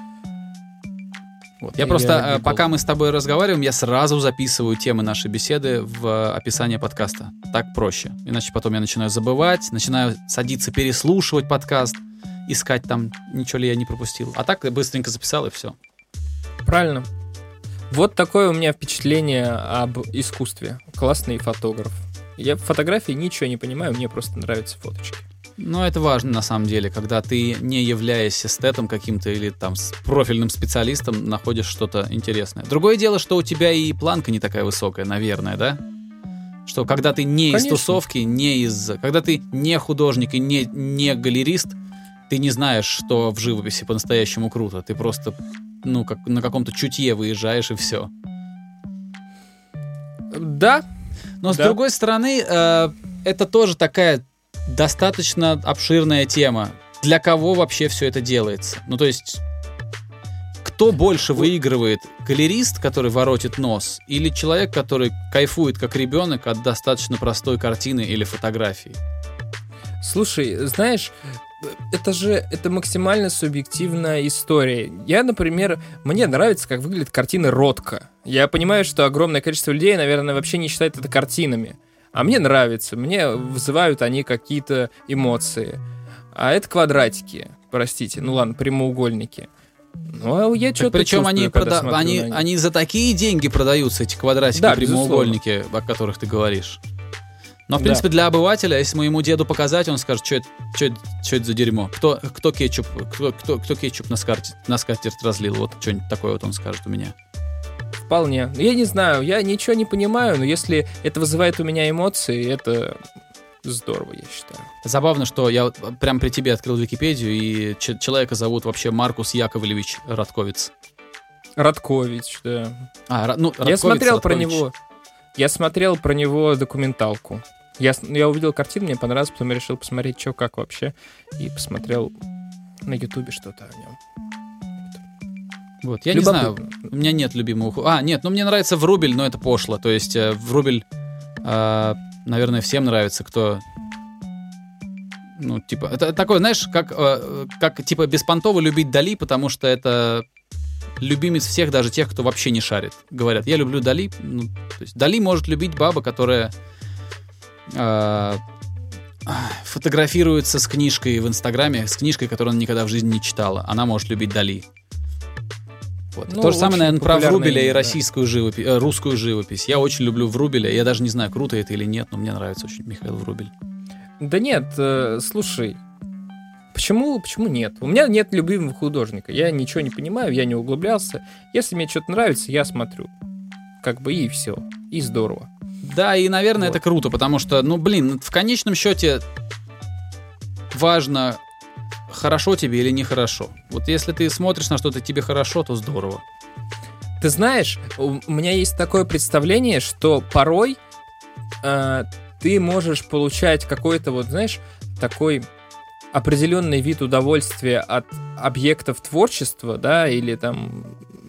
Вот. Я просто, пока мы с тобой разговариваем, я сразу записываю темы нашей беседы в описание подкаста. Так проще. Иначе потом я начинаю забывать, начинаю садиться переслушивать подкаст, искать там, ничего ли я не пропустил. А так я быстренько записал, и все. Правильно. Вот такое у меня впечатление об искусстве. Классный фотограф. Я в фотографии ничего не понимаю, мне просто нравятся фоточки. Но это важно на самом деле, когда ты, не являясь эстетом каким-то или там с профильным специалистом, находишь что-то интересное. Другое дело, что у тебя и планка не такая высокая, наверное, да? Что когда ты не Конечно. из тусовки, не из... Когда ты не художник и не, не галерист, ты не знаешь, что в живописи по-настоящему круто. Ты просто, ну, как на каком-то чутье выезжаешь, и все. Да. Но с да. другой стороны, э, это тоже такая достаточно обширная тема. Для кого вообще все это делается? Ну, то есть, кто больше выигрывает? Галерист, который воротит нос, или человек, который кайфует как ребенок от достаточно простой картины или фотографии? Слушай, знаешь, это же это максимально субъективная история. Я, например, мне нравится, как выглядит картина Ротко. Я понимаю, что огромное количество людей, наверное, вообще не считает это картинами. А мне нравится, мне вызывают они какие-то эмоции. А это квадратики, простите, ну ладно, прямоугольники. Ну, а я что-то Причем чувствую, они, когда прода- они, на них. они за такие деньги продаются, эти квадратики, Да, прямоугольники, безусловно. О которых ты говоришь. Но, в Да. принципе, для обывателя, если моему деду показать, он скажет, что это, что это, что это за дерьмо. Кто, кто кетчуп, кто, кто, кто кетчуп на, скарте, на скатерть разлил? Вот что-нибудь такое вот он скажет у меня. Вполне. Я не знаю, я ничего не понимаю, но если это вызывает у меня эмоции, это здорово, я считаю. Забавно, что я вот прям при тебе открыл Википедию, и ч- человека зовут вообще Маркус Яковлевич Радковец. Радкович, да. А, Ра- ну, Я Радковец, смотрел про Радкович. него. Я смотрел про него документалку. Я, с- я увидел картину, мне понравилось, потом я решил посмотреть, что как вообще. И посмотрел на Ютубе что-то о нем. Вот, я не Любопытно. знаю, у меня нет любимого... ху- А, нет, ну мне нравится Врубель, но это пошло. То есть э, Врубель, э, наверное, всем нравится, кто... Ну, типа, это такое, знаешь, как, э, как типа беспонтово любить Дали, потому что это любимец всех, даже тех, кто вообще не шарит. Говорят, я люблю Дали. Ну, то есть Дали может любить баба, которая э, фотографируется с книжкой в Инстаграме, с книжкой, которую она никогда в жизни не читала. Она может любить Дали. Вот. Ну, То же самое, очень наверное, про популярное Врубеля и имя, да. российскую живопись, э, русскую живопись. Я очень люблю Врубеля. Я даже не знаю, круто это или нет, но мне нравится очень Михаил Врубель. Да нет, э, слушай, почему, почему нет? У меня нет любимого художника. Я ничего не понимаю, я не углублялся. Если мне что-то нравится, я смотрю. Как бы и все. И здорово. Да, и, наверное, Вот. это круто, потому что, ну, блин, в конечном счете важно, хорошо тебе или нехорошо. Вот если ты смотришь на что-то, тебе хорошо, то здорово. Ты знаешь, у меня есть такое представление, что порой э, ты можешь получать какой-то, вот, знаешь, такой определенный вид удовольствия от объектов творчества, да, или там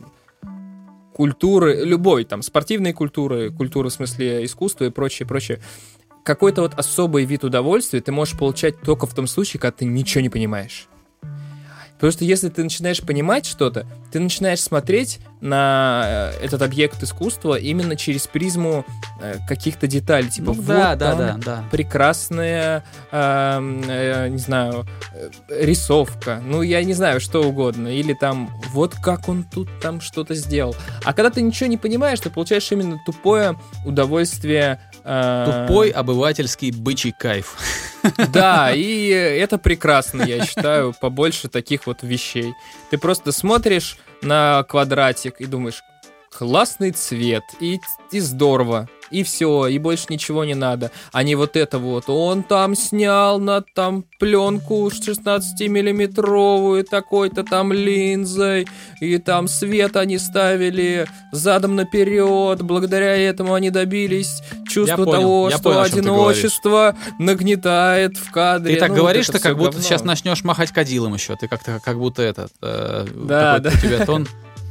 культуры, любой, там, спортивной культуры, культуры в смысле искусства и прочее, прочее. Какой-то вот особый вид удовольствия ты можешь получать только в том случае, когда ты ничего не понимаешь. Потому что если ты начинаешь понимать что-то, ты начинаешь смотреть на этот объект искусства именно через призму каких-то деталей. Типа, ну, вот да, там да, да, да. прекрасная, э, э, не знаю, рисовка. Ну, я не знаю, что угодно. Или там, вот как он тут там что-то сделал. А когда ты ничего не понимаешь, ты получаешь именно тупое удовольствие. Э... Тупой обывательский бычий кайф. Да, и это прекрасно, я считаю, побольше таких вот вещей. Ты просто смотришь на квадратик и думаешь, классный цвет, и, и здорово, и все, и больше ничего не надо. А не вот это вот, он там снял на там пленку шестнадцатимиллиметровую такой-то там линзой, и там свет они ставили задом наперед, благодаря этому они добились чувства понял, того, я что понял, одиночество нагнетает в кадре. Ты так ну, говоришь, вот что как будто говно. сейчас начнешь махать кадилом еще. Ты как-то как будто этот э, да, да. у тебя тон.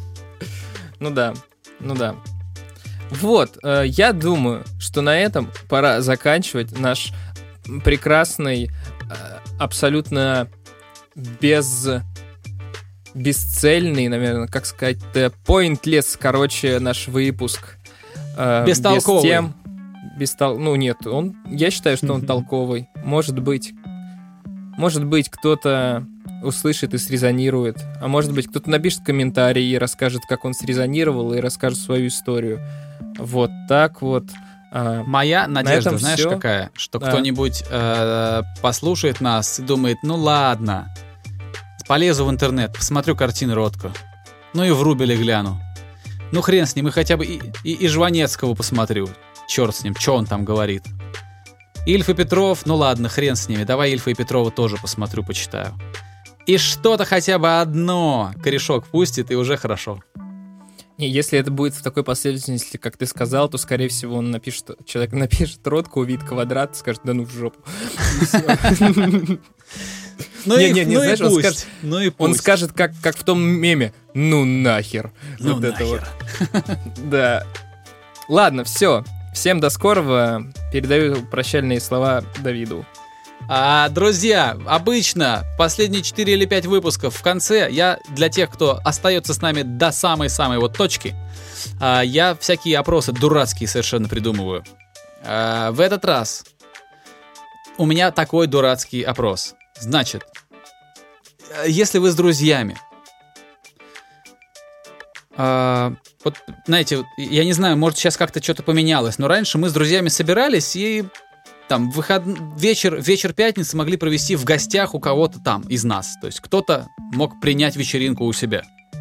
Ну да, ну да. Вот, э, я думаю, что на этом пора заканчивать наш прекрасный, э, абсолютно без... бесцельный, наверное, как сказать, pointless, короче, наш выпуск. Э, Бестолковый. Без тем, без тол... Ну нет, он, я считаю, что он толковый. Может быть. Может быть, кто-то услышит и срезонирует. А может быть, кто-то напишет комментарий и расскажет, как он срезонировал, и расскажет свою историю. Вот так вот. А, Моя надежда, на знаешь, всё. какая? Что Да. кто-нибудь э, послушает нас и думает, ну ладно, полезу в интернет, посмотрю картину Ротко. Ну и Врубеля гляну. Ну хрен с ним, и хотя бы и, и, и Жванецкого посмотрю. Черт с ним, что он там говорит. Ильф и Петров, ну ладно, хрен с ними, давай Ильфа и Петрова тоже посмотрю, почитаю. И что-то хотя бы одно корешок пустит, и уже хорошо. Не, если это будет в такой последовательности, как ты сказал, то, скорее всего, он напишет, человек напишет Ротко, увидит квадрат, скажет, да ну в жопу. Ну Не, и, не, не, ну знаешь, и он пусть. скажет- ну и Он пусть. скажет, как, как в том меме, ну нахер. Ну Вот это вот. нахер. Да. Ладно, все. Всем до скорого. Передаю прощальные слова Давиду. А, друзья, обычно последние четыре или пять выпусков в конце я для тех, кто остается с нами до самой-самой вот точки, а, я всякие опросы дурацкие совершенно придумываю. А, в этот раз у меня такой дурацкий опрос. Значит, если вы с друзьями, а, вот, знаете, я не знаю, может сейчас как-то что-то поменялось, но раньше мы с друзьями собирались и там выход... вечер, вечер пятницы могли провести в гостях у кого-то там из нас. То есть кто-то мог принять вечеринку у себя.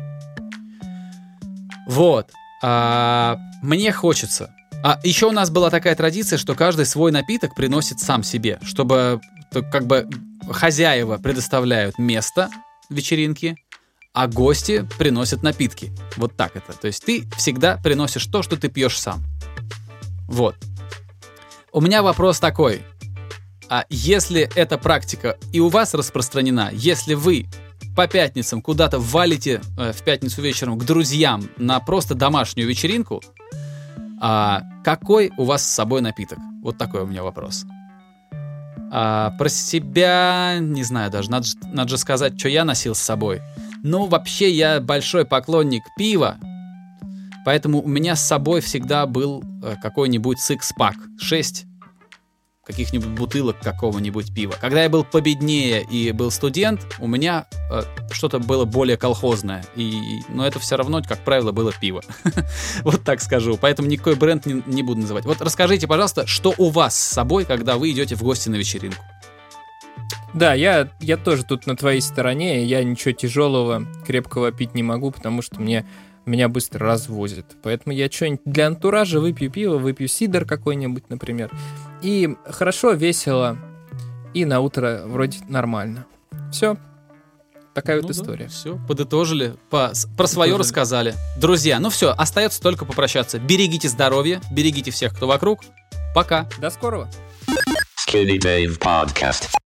Вот. А, мне хочется. А еще у нас была такая традиция, что каждый свой напиток приносит сам себе, чтобы то, как бы хозяева предоставляют место вечеринки, а гости приносят напитки. Вот так это. То есть ты всегда приносишь то, что ты пьешь сам. Вот. У меня вопрос такой. А если эта практика и у вас распространена, если вы по пятницам куда-то валите э, в пятницу вечером к друзьям на просто домашнюю вечеринку, а какой у вас с собой напиток? Вот такой у меня вопрос. А, про себя, не знаю даже, надо, ж- надо же сказать, что я носил с собой. Ну, вообще, я большой поклонник пива, поэтому у меня с собой всегда был э, какой-нибудь сикс-пак, шесть каких-нибудь бутылок какого-нибудь пива. Когда я был победнее и был студент, у меня э, что-то было более колхозное. И, но это все равно, как правило, было пиво. Вот так скажу. Поэтому никакой бренд не, не буду называть. Вот расскажите, пожалуйста, что у вас с собой, когда вы идете в гости на вечеринку? Да, я, я тоже тут на твоей стороне. Я ничего тяжелого, крепкого пить не могу, потому что мне, меня быстро развозят. Поэтому я что-нибудь для антуража выпью пиво, выпью сидр какой-нибудь, например. И хорошо, весело, и на утро вроде нормально. Все. Такая вот Ну да, история. все, подытожили, по, с- про свое Подытожили. рассказали. Друзья, ну все, остается только попрощаться. Берегите здоровье, берегите всех, кто вокруг. Пока. До скорого. Skinny Dave Podcast.